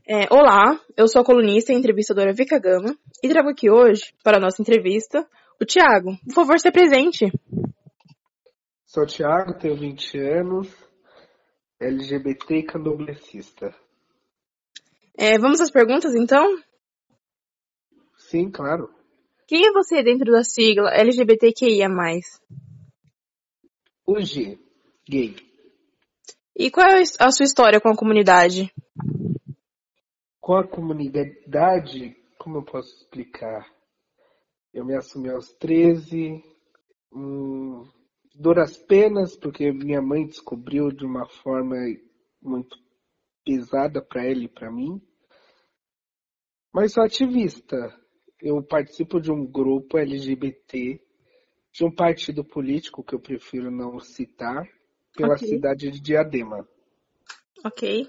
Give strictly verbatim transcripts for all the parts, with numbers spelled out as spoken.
É, olá, eu sou a colunista e entrevistadora Vika Gama e trago aqui hoje, para a nossa entrevista, o Thiago. Por favor, se apresente. Sou o Thiago, tenho vinte anos, L G B T e candomblessista. É, vamos às perguntas, então? Sim, claro. Quem é você dentro da sigla L G B T Q I A mais? O G, gay. E qual é a sua história com a comunidade? Com a comunidade, como eu posso explicar? Eu me assumi aos treze, hum, duras penas, porque minha mãe descobriu de uma forma muito pesada para ela e para mim. Mas sou ativista. Eu participo de um grupo L G B T, de um partido político que eu prefiro não citar, pela Ok. cidade de Diadema. Ok.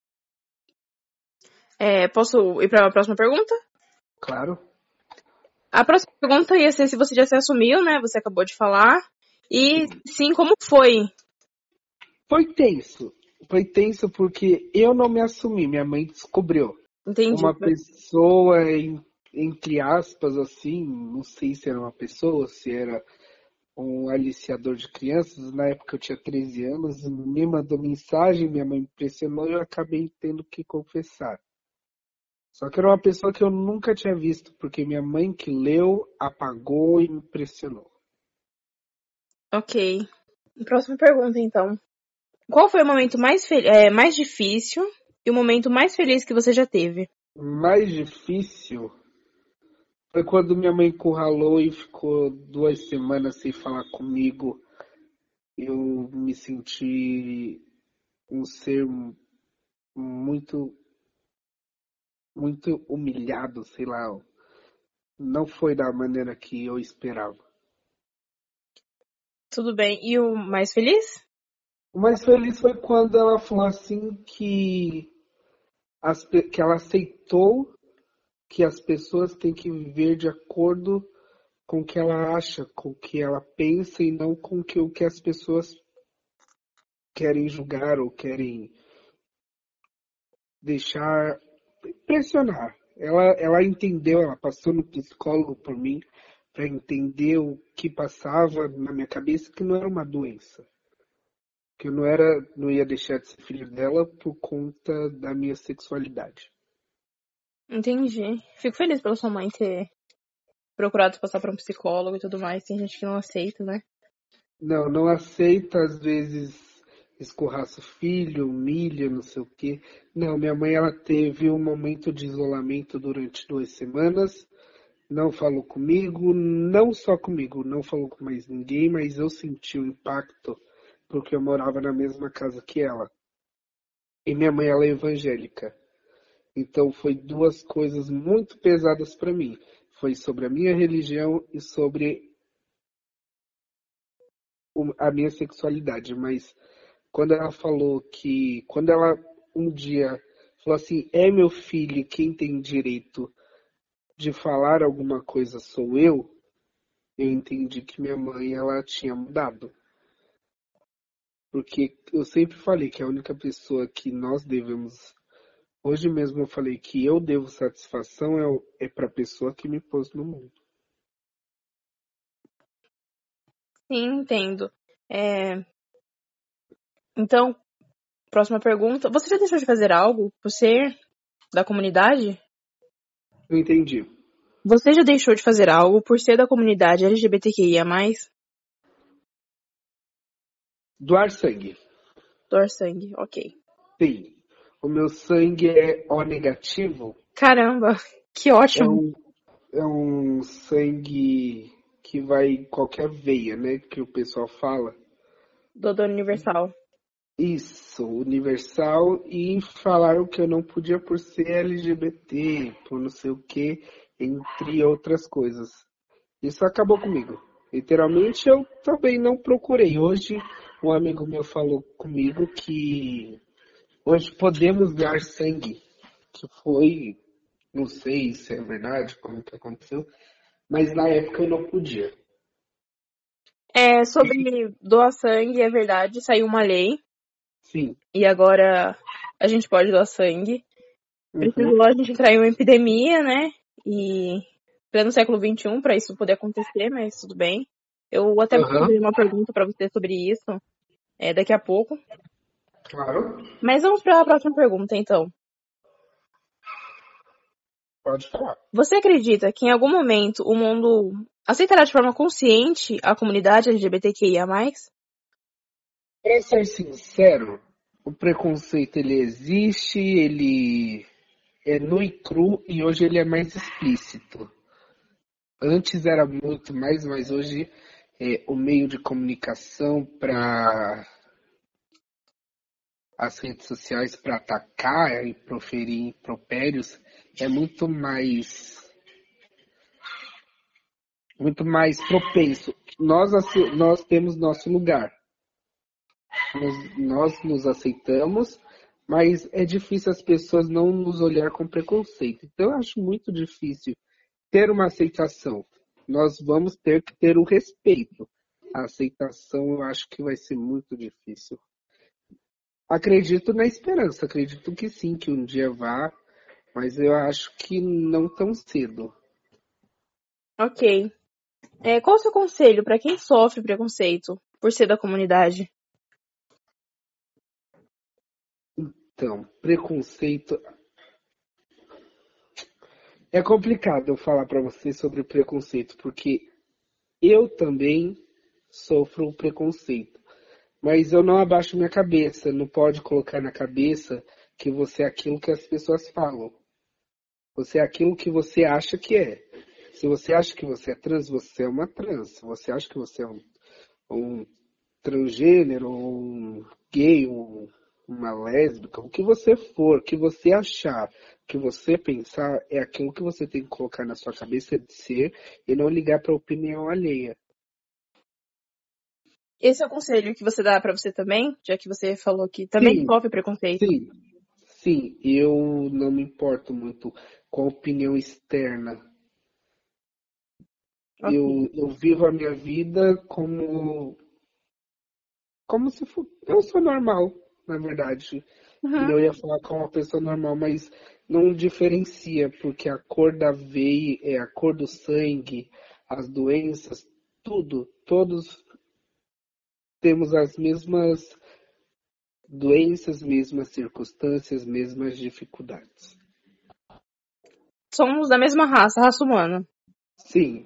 É, posso ir para a próxima pergunta? Claro. A próxima pergunta ia ser se você já se assumiu, né? Você acabou de falar. E sim, como foi? Foi tenso. Foi tenso porque eu não me assumi, minha mãe descobriu. Entendi. Uma pessoa, em- entre aspas, assim, não sei se era uma pessoa, se era um aliciador de crianças, na época eu tinha treze anos, me mandou mensagem, minha mãe me pressionou e eu acabei tendo que confessar. Só que era uma pessoa que eu nunca tinha visto, porque minha mãe que leu, apagou e me pressionou. Ok. Próxima pergunta, então. Qual foi o momento mais, fel- é, mais difícil e o momento mais feliz que você já teve? Mais difícil foi quando minha mãe encurralou e ficou duas semanas sem falar comigo. Eu me senti um ser muito, muito humilhado, sei lá. Não foi da maneira que eu esperava. Tudo bem. E o mais feliz? O mais feliz foi quando ela falou assim que, as, pe- que ela aceitou que as pessoas têm que viver de acordo com o que ela acha, com o que ela pensa e não com o que, o que as pessoas querem julgar ou querem deixar pressionar. Ela, ela entendeu, ela passou no psicólogo por mim para entender o que passava na minha cabeça, que não era uma doença. Que eu não era, não ia deixar de ser filho dela por conta da minha sexualidade. Entendi. Fico feliz pela sua mãe ter procurado passar por um psicólogo e tudo mais. Tem gente que não aceita, né? Não, não aceita, às vezes escorraça o filho, humilha, não sei o quê. Não, minha mãe ela teve um momento de isolamento durante duas semanas, não falou comigo, não só comigo, não falou com mais ninguém, mas eu senti o impacto porque eu morava na mesma casa que ela. E minha mãe ela é evangélica. Então foi duas coisas muito pesadas para mim. Foi sobre a minha religião e sobre o- a minha sexualidade, mas quando ela falou que, quando ela um dia falou assim, é meu filho, quem tem direito de falar alguma coisa sou eu, eu entendi que minha mãe ela tinha mudado. Porque eu sempre falei que a única pessoa que nós devemos, hoje mesmo eu falei que eu devo satisfação é, o- é para a pessoa que me pôs no mundo. Sim, entendo. É, Então, próxima pergunta. Você já deixou de fazer algo por ser da comunidade? Eu entendi. Você já deixou de fazer algo por ser da comunidade L G B T Q I A mais? Doar sangue. Doar sangue, ok. Sim. O meu sangue é O negativo. Caramba, que É ótimo. um, é um sangue que vai em qualquer veia, né? Que o pessoal fala. Doador universal. Isso, universal. E falaram que eu não podia por ser L G B T, por não sei o que, entre outras coisas. Isso acabou comigo. Literalmente eu também não procurei. Hoje um amigo meu falou comigo que hoje podemos dar sangue. Que foi, não sei se é verdade, como que aconteceu, mas na época eu não podia. É, sobre doar sangue, é verdade, saiu uma lei Sim, e agora a gente pode doar sangue. Uhum. Precisou a gente entrar em uma epidemia, né? E pleno século vinte e um para isso poder acontecer, mas tudo bem. Eu até vou Aham, fazer uma pergunta para você sobre isso é, daqui a pouco. claro. Mas vamos para a próxima pergunta, então. Pode falar. Você acredita que em algum momento o mundo aceitará de forma consciente a comunidade L G B T Q I A mais? Para ser sincero, o preconceito ele existe, ele é nu e cru e hoje ele é mais explícito. Antes era muito mais, mas hoje é, o meio de comunicação para as redes sociais para atacar e proferir impropérios é muito mais muito mais propenso. Nós, ace- nós temos nosso lugar. Nós, nós nos aceitamos, mas é difícil as pessoas não nos olhar com preconceito. Então eu acho muito difícil ter uma aceitação. Nós vamos ter que ter o respeito. A aceitação eu acho que vai ser muito difícil. Acredito na esperança, acredito que sim, que um dia vá, mas eu acho que não tão cedo. Ok. É, qual o seu conselho para quem sofre preconceito por ser da comunidade? Então, preconceito. É complicado eu falar para você sobre preconceito, porque eu também sofro preconceito. Mas eu não abaixo minha cabeça, não pode colocar na cabeça que você é aquilo que as pessoas falam. Você é aquilo que você acha que é. Se você acha que você é trans, você é uma trans. Se você acha que você é um, um transgênero, um gay, um, uma lésbica, o que você for, o que você achar, o que você pensar, é aquilo que você tem que colocar na sua cabeça de ser e não ligar para a opinião alheia. Esse é o conselho que você dá para você também, já que você falou que também Sim, sofre preconceito. sim, sim, eu não me importo muito com a opinião externa. Ok. Eu, eu vivo a minha vida como, como se fosse. Eu sou normal, na verdade. E Uhum. eu ia falar com uma pessoa normal, mas não diferencia, porque a cor da veia, é a cor do sangue, as doenças, tudo, todos temos as mesmas doenças, mesmas circunstâncias, mesmas dificuldades. Somos da mesma raça, raça humana. Sim,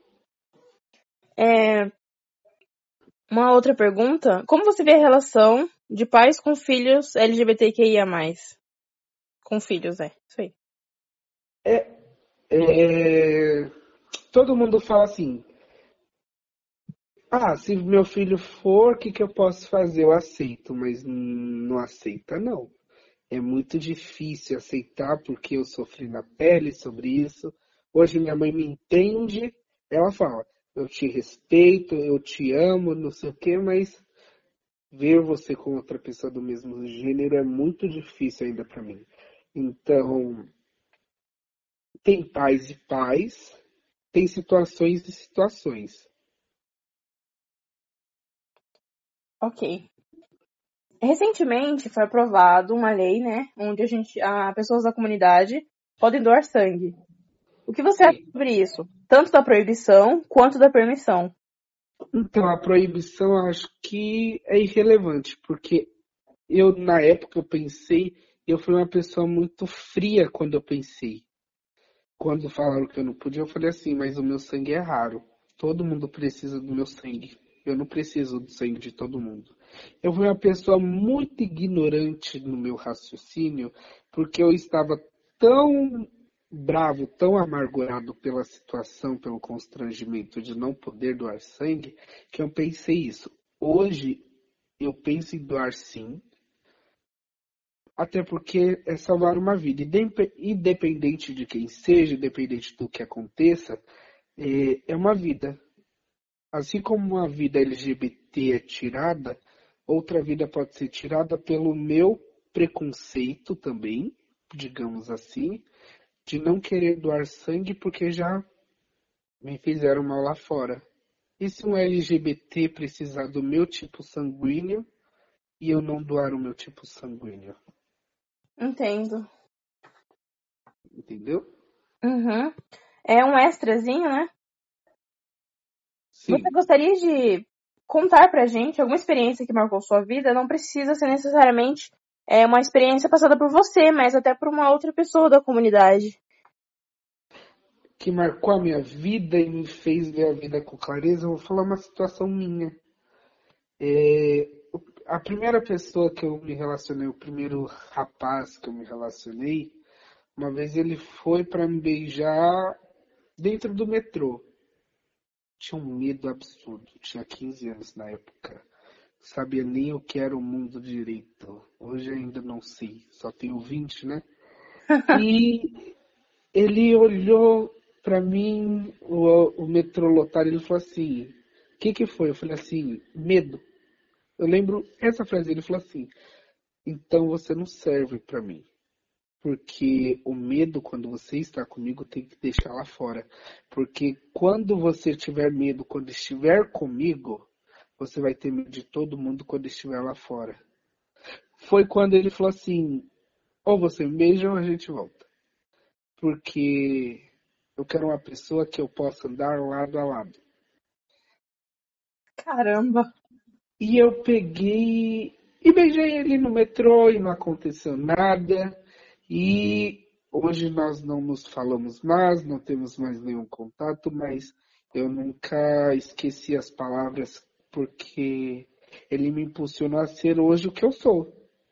É, uma outra pergunta. Como você vê a relação de pais com filhos L G B T Q I A mais? Com filhos, é. Isso aí. é, é, todo mundo fala assim, ah, se meu filho for, o que que eu posso fazer? Eu aceito, mas não aceita, não. É muito difícil aceitar porque eu sofri na pele sobre isso. Hoje minha mãe me entende, ela fala, eu te respeito, eu te amo, não sei o quê, mas ver você com outra pessoa do mesmo gênero é muito difícil ainda para mim. Então, tem pais e pais, tem situações e situações. Ok. Recentemente foi aprovado uma lei, né, onde a gente, a pessoas da comunidade podem doar sangue. O que você acha Sim. sobre isso? Tanto da proibição quanto da permissão. Então, a proibição eu acho que é irrelevante, porque eu, na época, eu pensei, eu fui uma pessoa muito fria quando eu pensei. Quando falaram que eu não podia, eu falei assim, mas o meu sangue é raro. Todo mundo precisa do meu sangue. Eu não preciso do sangue de todo mundo. Eu fui uma pessoa muito ignorante no meu raciocínio, porque eu estava tão bravo, tão amargurado pela situação, pelo constrangimento de não poder doar sangue, que eu pensei isso. Hoje eu penso em doar sim, até porque é salvar uma vida. Independente de quem seja, independente do que aconteça, é, é uma vida. Assim como uma vida L G B T é tirada, outra vida pode ser tirada pelo meu preconceito também, digamos assim, de não querer doar sangue porque já me fizeram mal lá fora. E se um L G B T precisar do meu tipo sanguíneo e eu não doar o meu tipo sanguíneo? Entendo. entendeu? Uhum. É um extrazinho, né? Você Sim. gostaria de contar pra gente alguma experiência que marcou sua vida? Não precisa ser necessariamente é, uma experiência passada por você, mas até por uma outra pessoa da comunidade. Que marcou a minha vida e me fez ver a vida com clareza, eu vou falar uma situação minha. É, a primeira pessoa que eu me relacionei, o primeiro rapaz que eu me relacionei, uma vez ele foi para me beijar dentro do metrô. Tinha um medo absurdo, tinha quinze anos na época. Sabia nem o que era o mundo direito. Hoje ainda não sei, só tenho vinte, né? E ele olhou para mim, o, o metrô lotado, ele falou assim: o que que foi? Eu falei assim: medo. Eu lembro essa frase, ele falou assim: então você não serve para mim. Porque o medo, quando você está comigo, tem que deixar lá fora. Porque quando você tiver medo, quando estiver comigo, você vai ter medo de todo mundo quando estiver lá fora. Foi quando ele falou assim: ou você me beija ou a gente volta. Porque eu quero uma pessoa que eu possa andar lado a lado. Caramba! E eu peguei e beijei ele no metrô e não aconteceu nada. E hoje nós não nos falamos mais, não temos mais nenhum contato, mas eu nunca esqueci as palavras porque ele me impulsionou a ser hoje o que eu sou.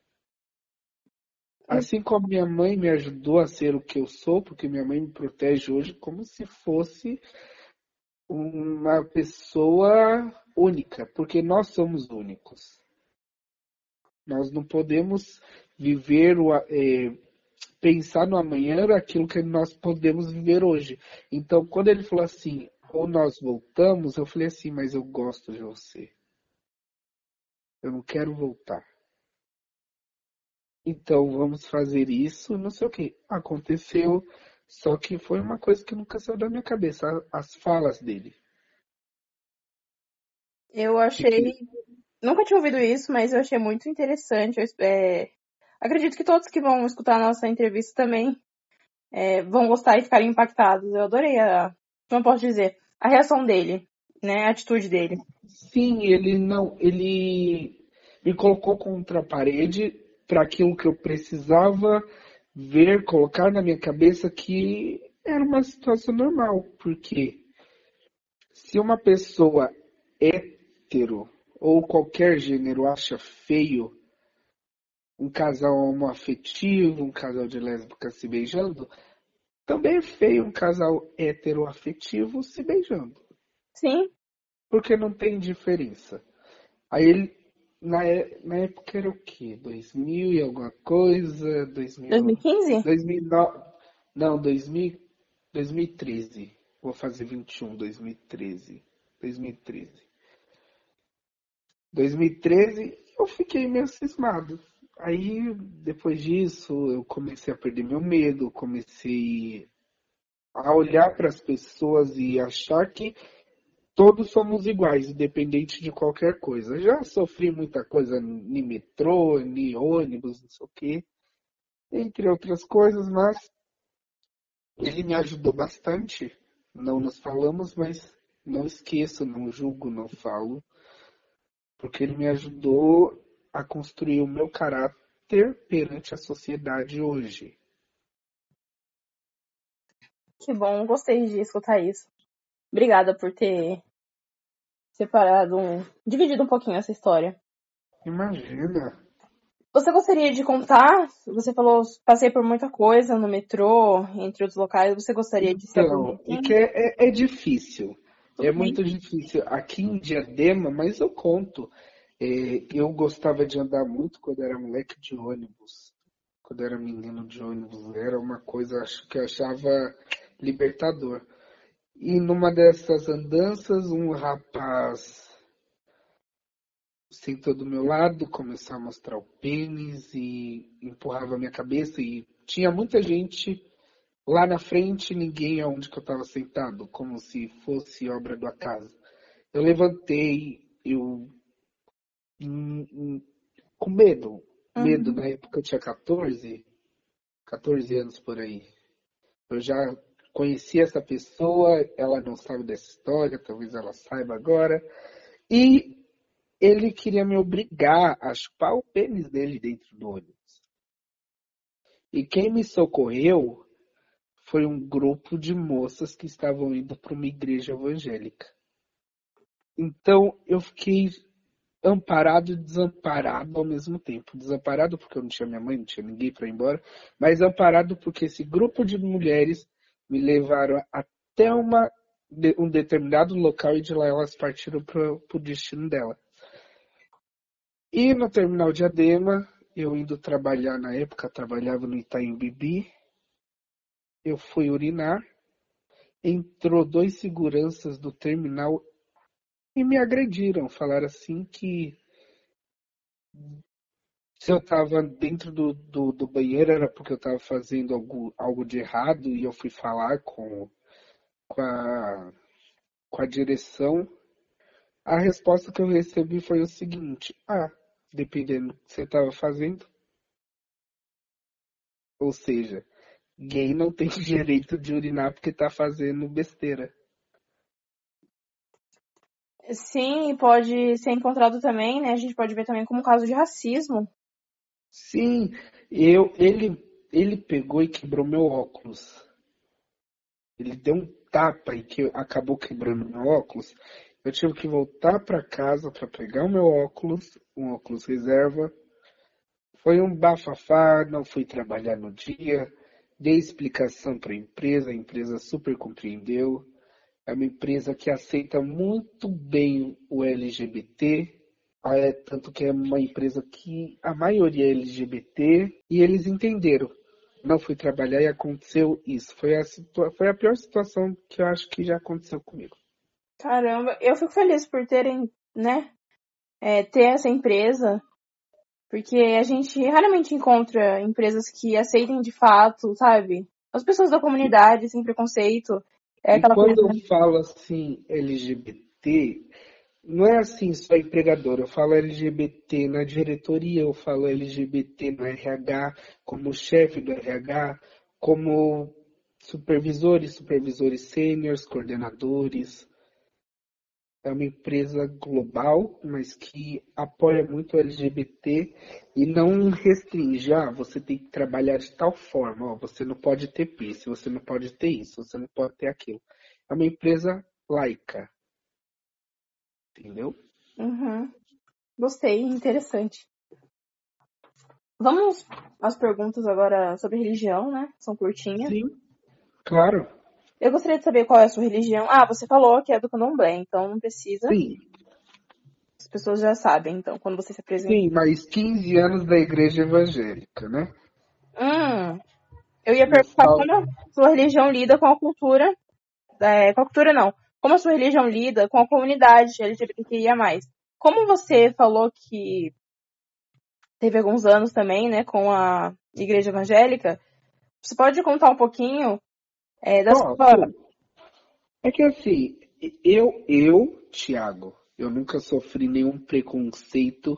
Assim como minha mãe me ajudou a ser o que eu sou, porque minha mãe me protege hoje como se fosse uma pessoa única, porque nós somos únicos. Nós não podemos viver, o, é, pensar no amanhã aquilo que nós podemos viver hoje. Então, quando ele falou assim, ou nós voltamos, eu falei assim, mas eu gosto de você. Eu não quero voltar. Então, vamos fazer isso, não sei o que. Aconteceu, só que foi uma coisa que nunca saiu da minha cabeça, as falas dele. Eu Que, que, achei. Nunca tinha ouvido isso, mas eu achei muito interessante. Eu, é, acredito que todos que vão escutar a nossa entrevista também é, vão gostar e ficarem impactados. Eu adorei a. Como eu posso dizer? A reação dele, né? A atitude dele. sim, ele não, ele me colocou contra a parede para aquilo que eu precisava ver, colocar na minha cabeça que era uma situação normal, porque se uma pessoa hétero ou qualquer gênero acha feio um casal homoafetivo, um casal de lésbicas se beijando, também é feio um casal heteroafetivo se beijando, Sim, porque não tem diferença. Aí ele, na, é- na época era o quê? dois mil e alguma coisa? dois mil, dois mil e quinze? dois mil e nove, não, dois mil, dois mil e treze. Vou fazer vinte e um, dois mil e treze. dois mil e treze. dois mil e treze, eu fiquei meio cismado. Aí, depois disso, eu comecei a perder meu medo, comecei a olhar para as pessoas e achar que todos somos iguais, independente de qualquer coisa. Já sofri muita coisa em metrô, em ônibus, não sei o quê, entre outras coisas, mas ele me ajudou bastante. Não nos falamos, mas não esqueço, não julgo, não falo, porque ele me ajudou a construir o meu caráter perante a sociedade hoje. Que bom, gostei de escutar isso. Obrigada por ter separado, um, dividido um pouquinho essa história. Imagina. Você gostaria de contar? Você falou, passei por muita coisa no metrô, entre outros locais. Você gostaria de se abrir um Então, é que pouquinho? é, é, é difícil. É Tudo bem. muito difícil. Aqui em Diadema, mas eu conto. É, eu gostava de andar muito quando era moleque de ônibus. Quando era menino de ônibus. Era uma coisa acho que eu achava libertador. E numa dessas andanças, um rapaz sentou do meu lado, começou a mostrar o pênis e empurrava a minha cabeça. E tinha muita gente lá na frente, ninguém aonde que eu estava sentado, como se fosse obra do acaso. Eu levantei, eu hum, hum, com medo, medo, Uhum. na época eu tinha quatorze, quatorze anos por aí. Eu já conheci essa pessoa, ela não sabe dessa história, talvez ela saiba agora. E ele queria me obrigar a chupar o pênis dele dentro do ônibus. E quem me socorreu foi um grupo de moças que estavam indo para uma igreja evangélica. Então eu fiquei amparado e desamparado ao mesmo tempo. Desamparado porque eu não tinha minha mãe, não tinha ninguém para ir embora, mas amparado porque esse grupo de mulheres me levaram até uma, um determinado local e de lá elas partiram para o destino dela. E no terminal de Adema, eu indo trabalhar, na época trabalhava no Itaim Bibi, eu fui urinar, entrou dois seguranças do terminal e me agrediram. Falaram assim que se eu estava dentro do, do, do banheiro era porque eu estava fazendo algo, algo de errado e eu fui falar com, com, a, com a direção. A resposta que eu recebi foi o seguinte: ah, dependendo do que você estava fazendo. Ou seja, gay não tem direito de urinar porque tá fazendo besteira. Sim, pode ser encontrado também, né? A gente pode ver também como um caso de racismo. Sim, eu, ele, ele pegou e quebrou meu óculos. Ele deu um tapa e que acabou quebrando meu óculos. Eu tive que voltar para casa para pegar o meu óculos, um óculos reserva. Foi um bafafá, não fui trabalhar no dia, dei explicação para a empresa, a empresa super compreendeu. É uma empresa que aceita muito bem o L G B T, é, tanto que é uma empresa que a maioria é L G B T, e eles entenderam. Não fui trabalhar e aconteceu isso. Foi a, situa- foi a pior situação que eu acho que já aconteceu comigo. Caramba, eu fico feliz por terem, né, é, ter essa empresa, porque a gente raramente encontra empresas que aceitem de fato, sabe? As pessoas da comunidade, sem preconceito. É E aquela coisa. quando eu falo assim L G B T, não é assim só empregador, eu falo L G B T na diretoria, eu falo L G B T no R H, como chefe do R H, como supervisores, supervisores sêniores, coordenadores. É uma empresa global, mas que apoia muito o L G B T e não restringe, ah, você tem que trabalhar de tal forma, ó, você não pode ter piercing, você não pode ter isso, você não pode ter aquilo. É uma empresa laica, entendeu? Uhum. Gostei, interessante. Vamos às perguntas agora sobre religião, né? São curtinhas. Sim, claro. Eu gostaria de saber qual é a sua religião. Ah, você falou que é do Candomblé, então não precisa. Sim, As pessoas já sabem, então, quando você se apresenta. sim, mas quinze anos da igreja evangélica, né? Hum, eu ia Eu perguntar falo, como a sua religião lida com a cultura. É, com a cultura não. Como a sua religião lida com a comunidade LGBTQIA+. Como você falou que teve alguns anos também, né, com a igreja evangélica, você pode contar um pouquinho é, da sua... posso. É que assim, eu, eu, Thiago, eu nunca sofri nenhum preconceito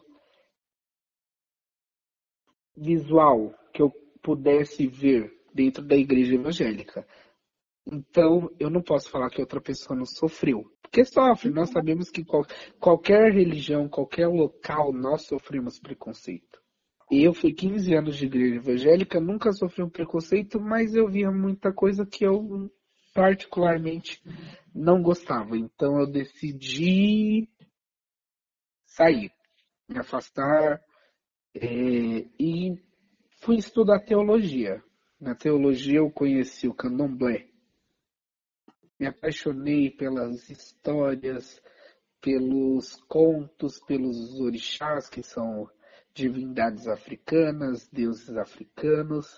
visual que eu pudesse ver dentro da igreja evangélica. Então, eu não posso falar que outra pessoa não sofreu. Porque sofre, nós sabemos que qual- qualquer religião, qualquer local, nós sofremos preconceito. E eu fui quinze anos de igreja evangélica, nunca sofri um preconceito, mas eu via muita coisa que eu particularmente não gostava. Então eu decidi sair, me afastar, é, e fui estudar teologia. Na teologia eu conheci o candomblé. Me apaixonei pelas histórias, pelos contos, pelos orixás, que são divindades africanas, deuses africanos.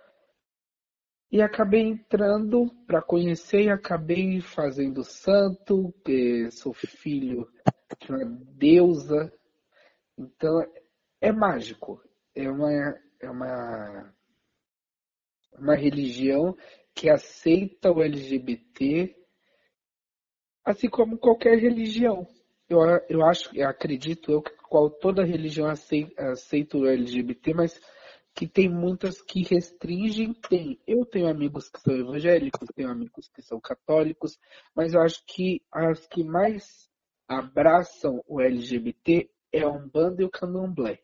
E acabei entrando para conhecer e acabei fazendo santo, eh, sou filho de uma deusa. Então é mágico. É uma, é uma uma religião que aceita o L G B T, assim como qualquer religião. Eu, eu acho, eu acredito eu que qual, toda religião aceita, aceita o L G B T, mas que tem muitas que restringem, tem. Eu tenho amigos que são evangélicos, tenho amigos que são católicos, mas eu acho que as que mais abraçam o L G B T é a Umbanda e o Candomblé.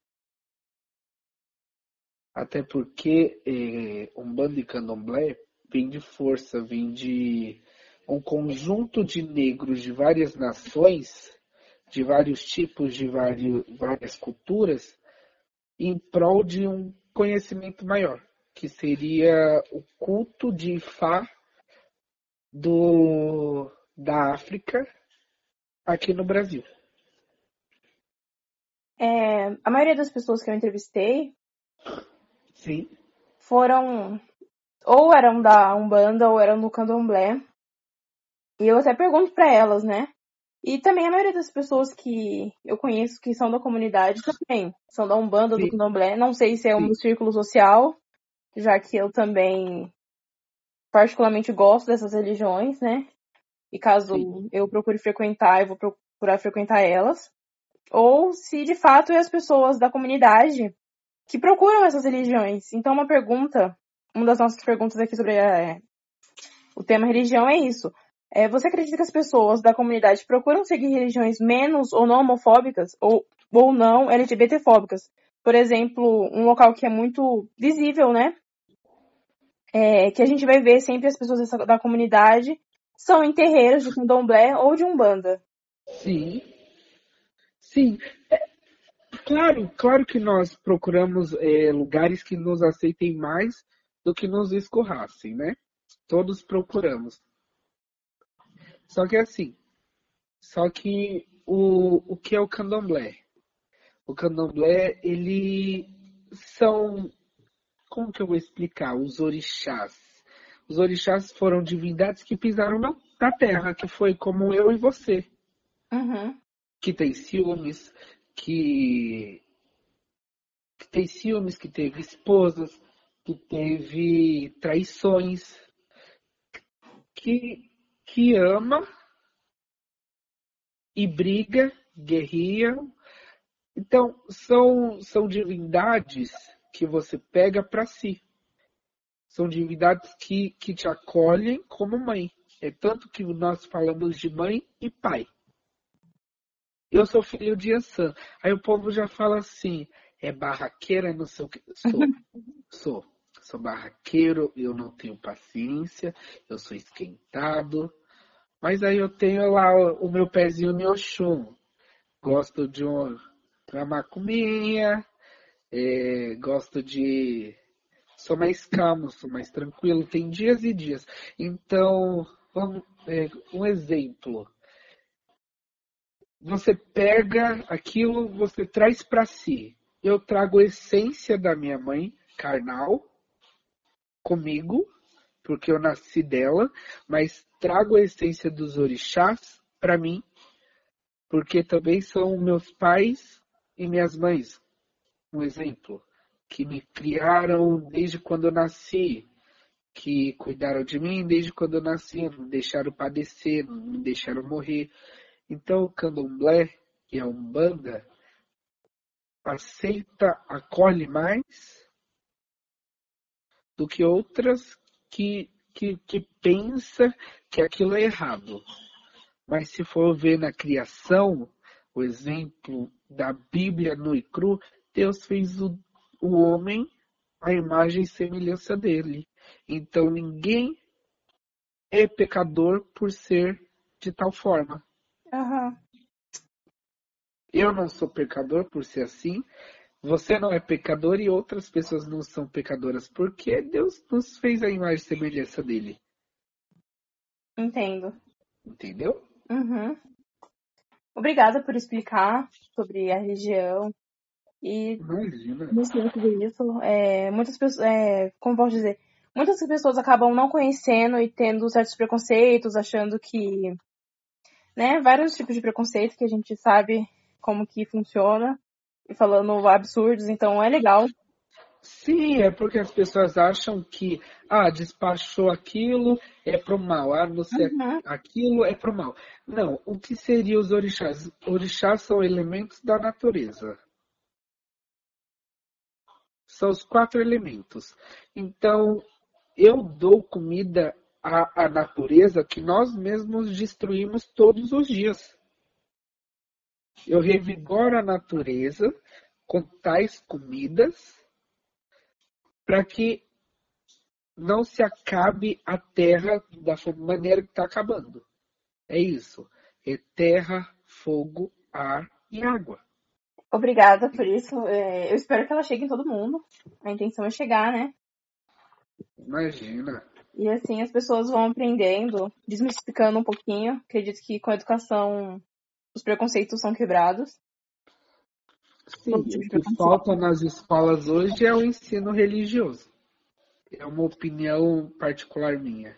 Até porque eh, Umbanda e Candomblé vem de força, vem de um conjunto de negros de várias nações, de vários tipos, de vários, várias culturas, em prol de um conhecimento maior, que seria o culto de Ifá do, da África aqui no Brasil. É, a maioria das pessoas que eu entrevistei Sim. foram ou eram da Umbanda ou eram do Candomblé. E eu até pergunto pra elas, né? E também a maioria das pessoas que eu conheço que são da comunidade também são da Umbanda, do Sim. Candomblé. Não sei se é um Sim. círculo social, já que eu também particularmente gosto dessas religiões, né? E caso Sim. eu procure frequentar, eu vou procurar frequentar elas. Ou se de fato é as pessoas da comunidade que procuram essas religiões. Então, uma pergunta, uma das nossas perguntas aqui sobre a, o tema religião é isso. É, você acredita que as pessoas da comunidade procuram seguir religiões menos ou não homofóbicas ou, ou não LGBTfóbicas? Por exemplo, um local que é muito visível, né? É, que a gente vai ver sempre as pessoas dessa, da comunidade são em terreiros de candomblé ou de umbanda. Sim. Sim. Claro, claro que nós procuramos é, lugares que nos aceitem mais do que nos escorrassem, né? Todos procuramos. Só que assim, só que o, o que é o candomblé? O candomblé, ele são, como que eu vou explicar? Os orixás. Os orixás foram divindades que pisaram na, na terra, que foi como eu e você, Uhum. que tem ciúmes, que que tem ciúmes, que teve esposas, que teve traições, que, que ama e briga, guerreia. Então, são, são divindades que você pega para si. São divindades que, que te acolhem como mãe. É tanto que nós falamos de mãe e pai. Eu sou filho de Ansan. Aí o povo já fala assim, é barraqueira, não sei o que. Sou, sou. Sou barraqueiro, eu não tenho paciência, eu sou esquentado. Mas aí eu tenho lá o, o meu pezinho no Oxum. Gosto de um, uma macumbinha, é, gosto de... Sou mais calmo, sou mais tranquilo, tem dias e dias. Então, vamos, é, um exemplo. Você pega aquilo, você traz para si. Eu trago a essência da minha mãe, carnal, comigo, porque eu nasci dela, mas trago a essência dos orixás para mim, porque também são meus pais e minhas mães. Um exemplo, que me criaram desde quando eu nasci, que cuidaram de mim desde quando eu nasci, não me deixaram padecer, não me deixaram morrer. Então, o candomblé e a umbanda aceita, acolhe mais do que outras que, que, que pensa que aquilo é errado. Mas se for ver na criação, o exemplo da Bíblia nu e cru, Deus fez o, o homem à imagem e semelhança dele. Então ninguém é pecador por ser de tal forma. Uhum. Eu não sou pecador por ser assim. Você não é pecador e outras pessoas não são pecadoras, porque Deus nos fez a imagem e semelhança dele. Entendo. Entendeu? Uhum. Obrigada por explicar sobre a religião e Imagina. ensinar tudo isso. É, muitas pessoas, é, como posso dizer, muitas pessoas acabam não conhecendo e tendo certos preconceitos, achando que, né, vários tipos de preconceito que a gente sabe como que funciona e falando absurdos, então é legal. Sim, é porque as pessoas acham que, ah, despachou aquilo, é pro mal. Ah, você, Uhum. aquilo é pro mal. Não, o que seriam os orixás? Orixás são elementos da natureza. São os quatro elementos. Então, eu dou comida à, à natureza que nós mesmos destruímos todos os dias. Eu revigoro a natureza com tais comidas para que não se acabe a terra da maneira que está acabando. É isso. É terra, fogo, ar e água. Obrigada por isso. É, eu espero que ela chegue em todo mundo. A intenção é chegar, né? Imagina. E assim as pessoas vão aprendendo, desmistificando um pouquinho. Acredito que com a educação os preconceitos são quebrados. Sim, Todo tipo o de que preconceito. falta nas escolas hoje é o ensino religioso. É uma opinião particular minha.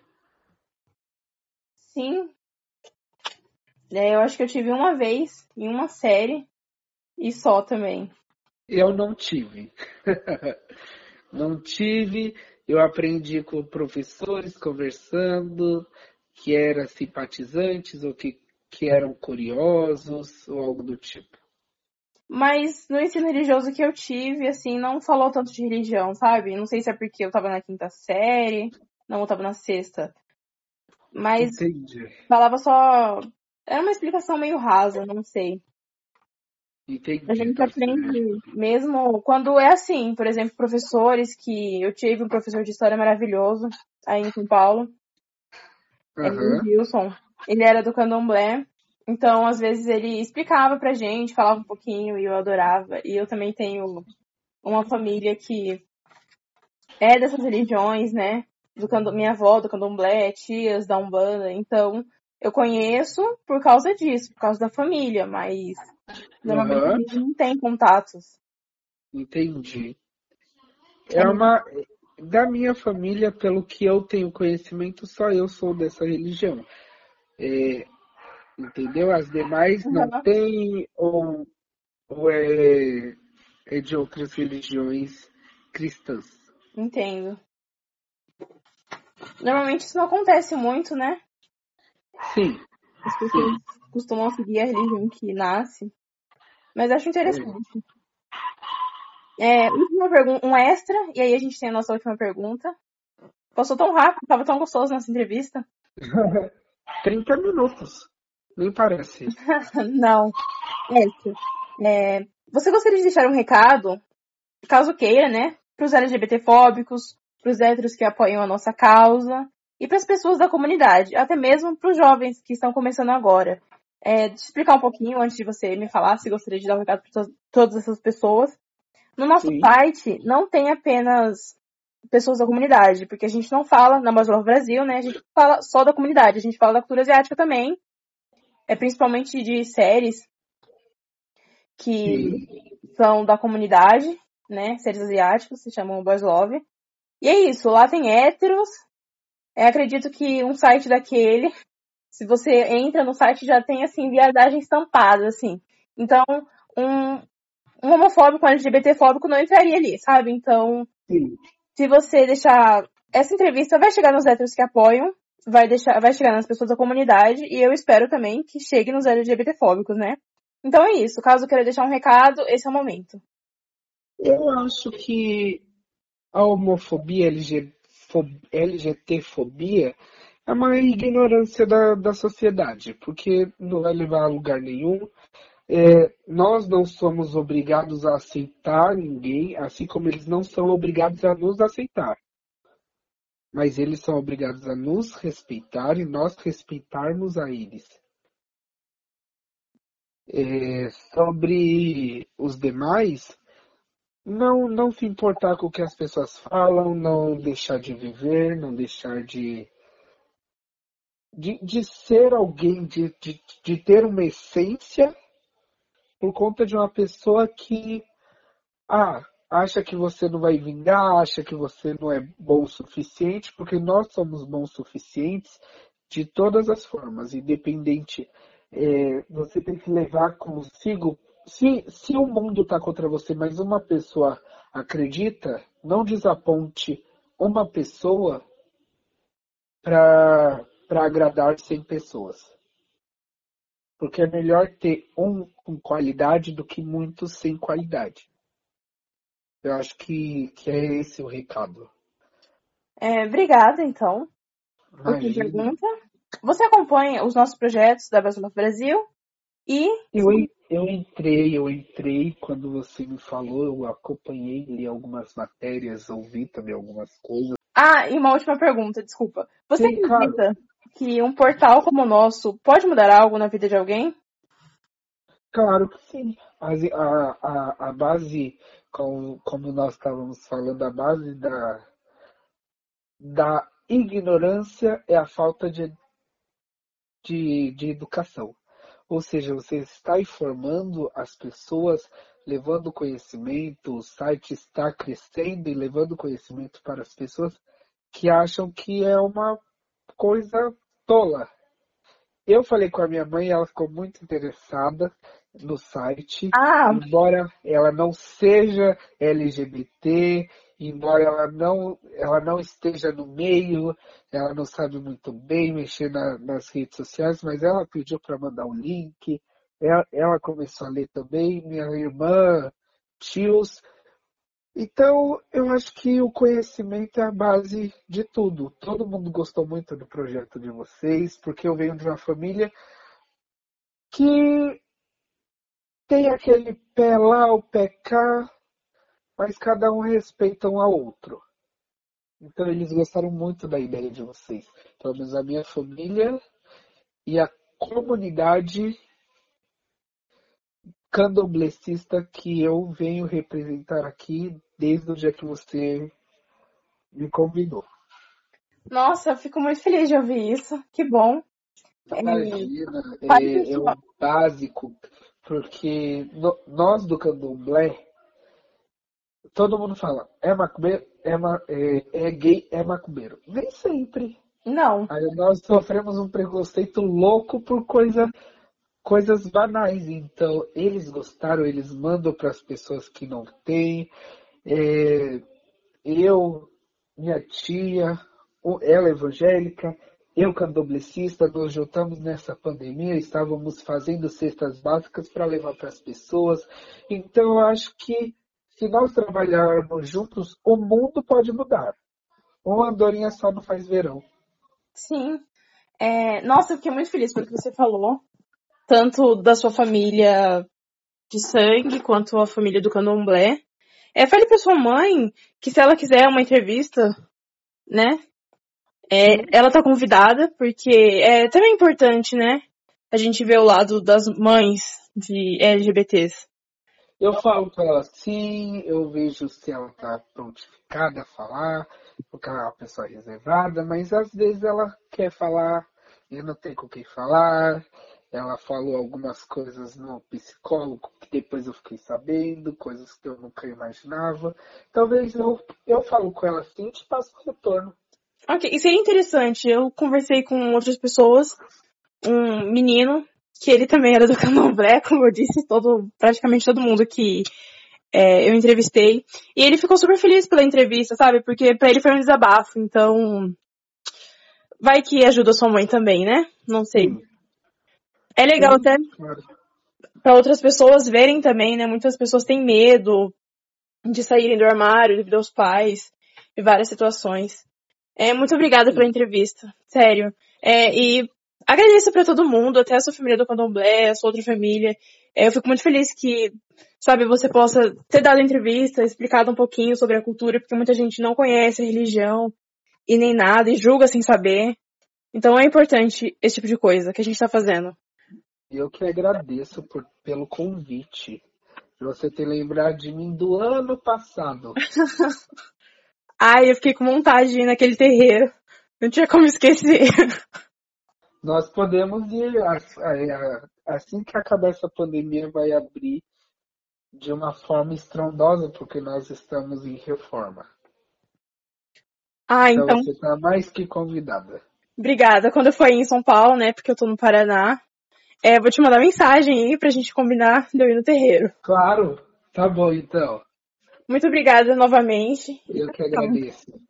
Sim. É, eu acho que eu tive uma vez em uma série e só também. Eu não tive. Não tive. Eu aprendi com professores conversando, que eram simpatizantes ou que, que eram curiosos ou algo do tipo. Mas no ensino religioso que eu tive, assim, não falou tanto de religião, sabe? Não sei se é porque eu tava na quinta série, não, eu tava na sexta. Mas Entendi. falava só. Era uma explicação meio rasa, não sei. A Entendi, gente tá certo. aprende mesmo quando é assim, por exemplo, professores que eu tive um professor de história maravilhoso aí em São Paulo, é o Aham. Wilson. Ele era do Candomblé, então às vezes ele explicava pra gente, falava um pouquinho e eu adorava. E eu também tenho uma família que é dessas religiões, né? Do cando... Minha avó do Candomblé, tias da Umbanda, então eu conheço por causa disso, por causa da família, mas normalmente a Aham. gente não tem contatos. Entendi. É É, uma. Da minha família, pelo que eu tenho conhecimento, só eu sou dessa religião. É, entendeu? As demais não uhum, têm ou, ou é, é de outras religiões cristãs. entendo. Normalmente isso não acontece muito, né? Sim, As sim. pessoas costumam seguir a religião que nasce, mas acho É. interessante. É, última pergunta, um extra, e aí a gente tem a nossa última pergunta. Passou tão rápido, tava tão gostoso nossa entrevista. trinta minutos. Nem parece. Não, extra. É, você gostaria de deixar um recado, caso queira, né? Para os L G B T fóbicos, para os héteros que apoiam a nossa causa e para as pessoas da comunidade, até mesmo para os jovens que estão começando agora. É, deixa eu explicar um pouquinho antes de você me falar se gostaria de dar um recado para todas essas pessoas. No nosso Sim, site não tem apenas pessoas da comunidade, porque a gente não fala na Mais Love Brasil, né? A gente fala só da comunidade, a gente fala da cultura asiática também, é principalmente de séries que sim. são da comunidade, né? Séries asiáticas, se chamam Boys Love. E é isso, lá tem héteros. É, acredito que um site daquele, se você entra no site, já tem, assim, viadagem estampada, assim. Então, um, um homofóbico, um LGBTfóbico não entraria ali, sabe? Então, Sim. se você deixar... Essa entrevista vai chegar nos héteros que apoiam, vai, deixar, vai chegar nas pessoas da comunidade, e eu espero também que chegue nos LGBTfóbicos, né? Então é isso. Caso queira deixar um recado, esse é o momento. Eu acho que a homofobia, L G T fobia, é uma ignorância da, da sociedade, porque não vai levar a lugar nenhum. É, nós não somos obrigados a aceitar ninguém, assim como eles não são obrigados a nos aceitar. Mas eles são obrigados a nos respeitar e nós respeitarmos a eles. É, sobre os demais, não, não se importar com o que as pessoas falam, não deixar de viver, não deixar de, de, de ser alguém, de, de, de ter uma essência por conta de uma pessoa que ah, acha que você não vai vingar, acha que você não é bom o suficiente, porque nós somos bons o suficientes de todas as formas, independente. É, você tem que levar consigo. Se, se o mundo está contra você, mas uma pessoa acredita, não desaponte uma pessoa para para agradar cem pessoas. Porque é melhor ter um com qualidade do que muitos sem qualidade. Eu acho que, que é esse o recado. É, obrigada, então. Última Imagina. pergunta. Você acompanha os nossos projetos da Brasil Brasil? E. Eu, en- eu entrei, eu entrei quando você me falou, eu acompanhei, li algumas matérias, ouvi também algumas coisas. Ah, e uma última pergunta, desculpa. Você Sim, claro, acredita que um portal como o nosso pode mudar algo na vida de alguém? claro que sim. As- A, a, a base, como, como nós estávamos falando, a base da, da ignorância é a falta de, de, de educação. Ou seja, você está informando as pessoas, levando conhecimento, o site está crescendo e levando conhecimento para as pessoas que acham que é uma coisa tola. Eu falei com a minha mãe, ela ficou muito interessada no site, Ah, embora ela não seja L G B T, embora ela não, ela não esteja no meio, ela não sabe muito bem mexer na- nas redes sociais, mas ela pediu para mandar um link, ela, ela começou a ler também, minha irmã, tios. Então, eu acho que o conhecimento é a base de tudo. Todo mundo gostou muito do projeto de vocês, porque eu venho de uma família que tem aquele pé lá, o pé cá, mas cada um respeita um ao outro. Então, eles gostaram muito da ideia de vocês. Pelo menos a minha família e a comunidade candomblessista que eu venho representar aqui desde o dia que você me convidou. nossa, eu fico muito feliz de ouvir isso. Que bom. É, Imagina, quase é, é o pessoa. básico, porque no- nós do candomblé, todo mundo fala, é macumbeiro, é, ma- é, é gay, é macumbeiro. Nem sempre. Não. Aí nós sofremos um preconceito louco por coisa, coisas banais. Então, eles gostaram, eles mandam para as pessoas que não têm. É, eu, minha tia, o- ela evangélica, eu candomblessista, nos juntamos nessa pandemia, estávamos fazendo cestas básicas para levar para as pessoas. Então, eu acho que se nós trabalharmos juntos, o mundo pode mudar. Uma andorinha só não faz verão. Sim. É, nossa, eu fiquei muito feliz pelo que você falou. Tanto da sua família de sangue, quanto a família do candomblé. É, fale pra sua mãe que se ela quiser uma entrevista, né? É, Sim, ela tá convidada, porque é também importante, né? A gente ver o lado das mães de L G B Ts. eu falo com ela sim, eu vejo se ela está prontificada a falar, porque ela é uma pessoa reservada, mas às vezes ela quer falar e não tem com quem falar. Ela falou algumas coisas no psicólogo que depois eu fiquei sabendo, coisas que eu nunca imaginava. Talvez eu, eu falo com ela assim e te passo o retorno. Ok, isso é interessante. Eu conversei com outras pessoas, um menino, que ele também era do candomblé, como eu disse, todo, praticamente todo mundo que é, eu entrevistei. E ele ficou super feliz pela entrevista, sabe? Porque pra ele foi um desabafo. Então, vai que ajuda sua mãe também, né? Não sei. Sim, É legal sim, até claro. pra outras pessoas verem também, né? Muitas pessoas têm medo de saírem do armário devido aos pais e várias situações. É, muito obrigada pela Sim. entrevista, sério. É, e agradeço pra todo mundo, até a sua família do Candomblé, a sua outra família. É, eu fico muito feliz que, sabe, você possa ter dado a entrevista, explicado um pouquinho sobre a cultura, porque muita gente não conhece a religião e nem nada, e julga sem saber. Então é importante esse tipo de coisa que a gente tá fazendo. Eu que agradeço por, pelo convite, de você ter lembrado de mim do ano passado. Ai, eu fiquei com vontade de ir naquele terreiro. Não tinha como esquecer. Nós podemos ir, as- a- a- assim que acabar essa pandemia, vai abrir de uma forma estrondosa, porque nós estamos em reforma. Ah, Então então, você está mais que convidada. obrigada. Quando eu for aí em São Paulo, né, porque eu tô no Paraná, é, vou te mandar mensagem aí pra gente combinar de eu ir no terreiro. Claro, tá bom então. Muito obrigada novamente. Eu que Tchau. agradeço.